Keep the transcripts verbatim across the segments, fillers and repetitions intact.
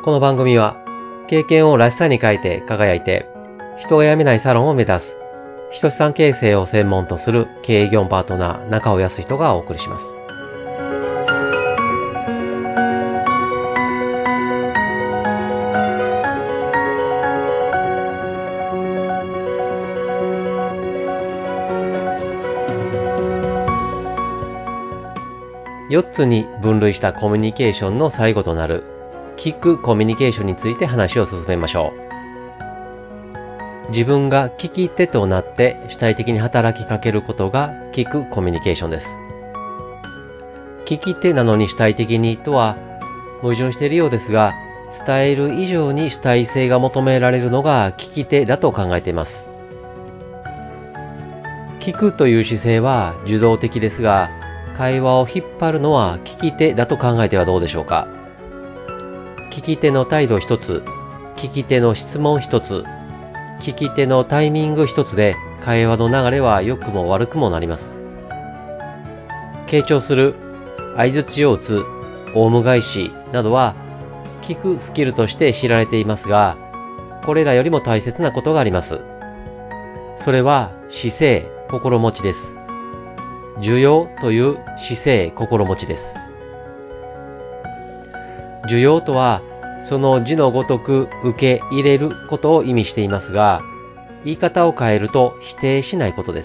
この番組は経験をらしさに変えて輝いて人が辞めないサロンを目指す人資産形成を専門とする経営業パートナー中尾康人がお送りします。よっつに分類したコミュニケーションの最後となる聞くコミュニケーションについて話を進めましょう。自分が聞き手となって主体的に働きかけることが聞くコミュニケーションです。聞き手なのに主体的にとは矛盾しているようですが、伝える以上に主体性が求められるのが聞き手だと考えています。聞くという姿勢は受動的ですが、会話を引っ張るのは聞き手だと考えてはどうでしょうか。聞き手の態度一つ、聞き手の質問一つ、聞き手のタイミング一つで会話の流れは良くも悪くもなります。傾聴する、相槌を打つ、オウム返しなどは聞くスキルとして知られていますが、これらよりも大切なことがあります。それは姿勢、心持ちです。受容という姿勢、心持ちです。受容とはその字のごとく受け入れることを意味していますが、言い方を変えると否定しないことです。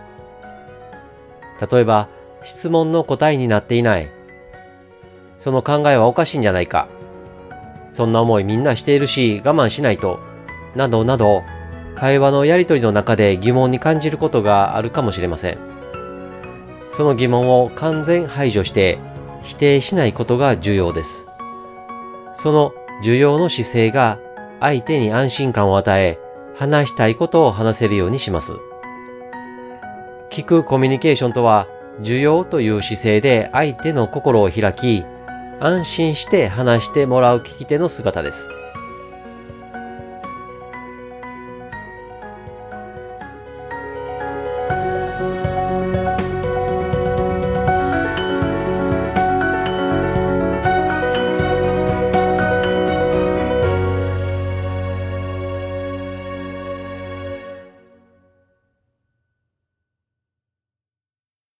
例えば、質問の答えになっていない。その考えはおかしいんじゃないか。そんな思いみんなしているし我慢しないと。などなど、会話のやりとりの中で疑問に感じることがあるかもしれません。その疑問を完全排除して否定しないことが重要です。その受容の姿勢が相手に安心感を与え、話したいことを話せるようにします。聞くコミュニケーションとは、受容という姿勢で相手の心を開き、安心して話してもらう聞き手の姿です。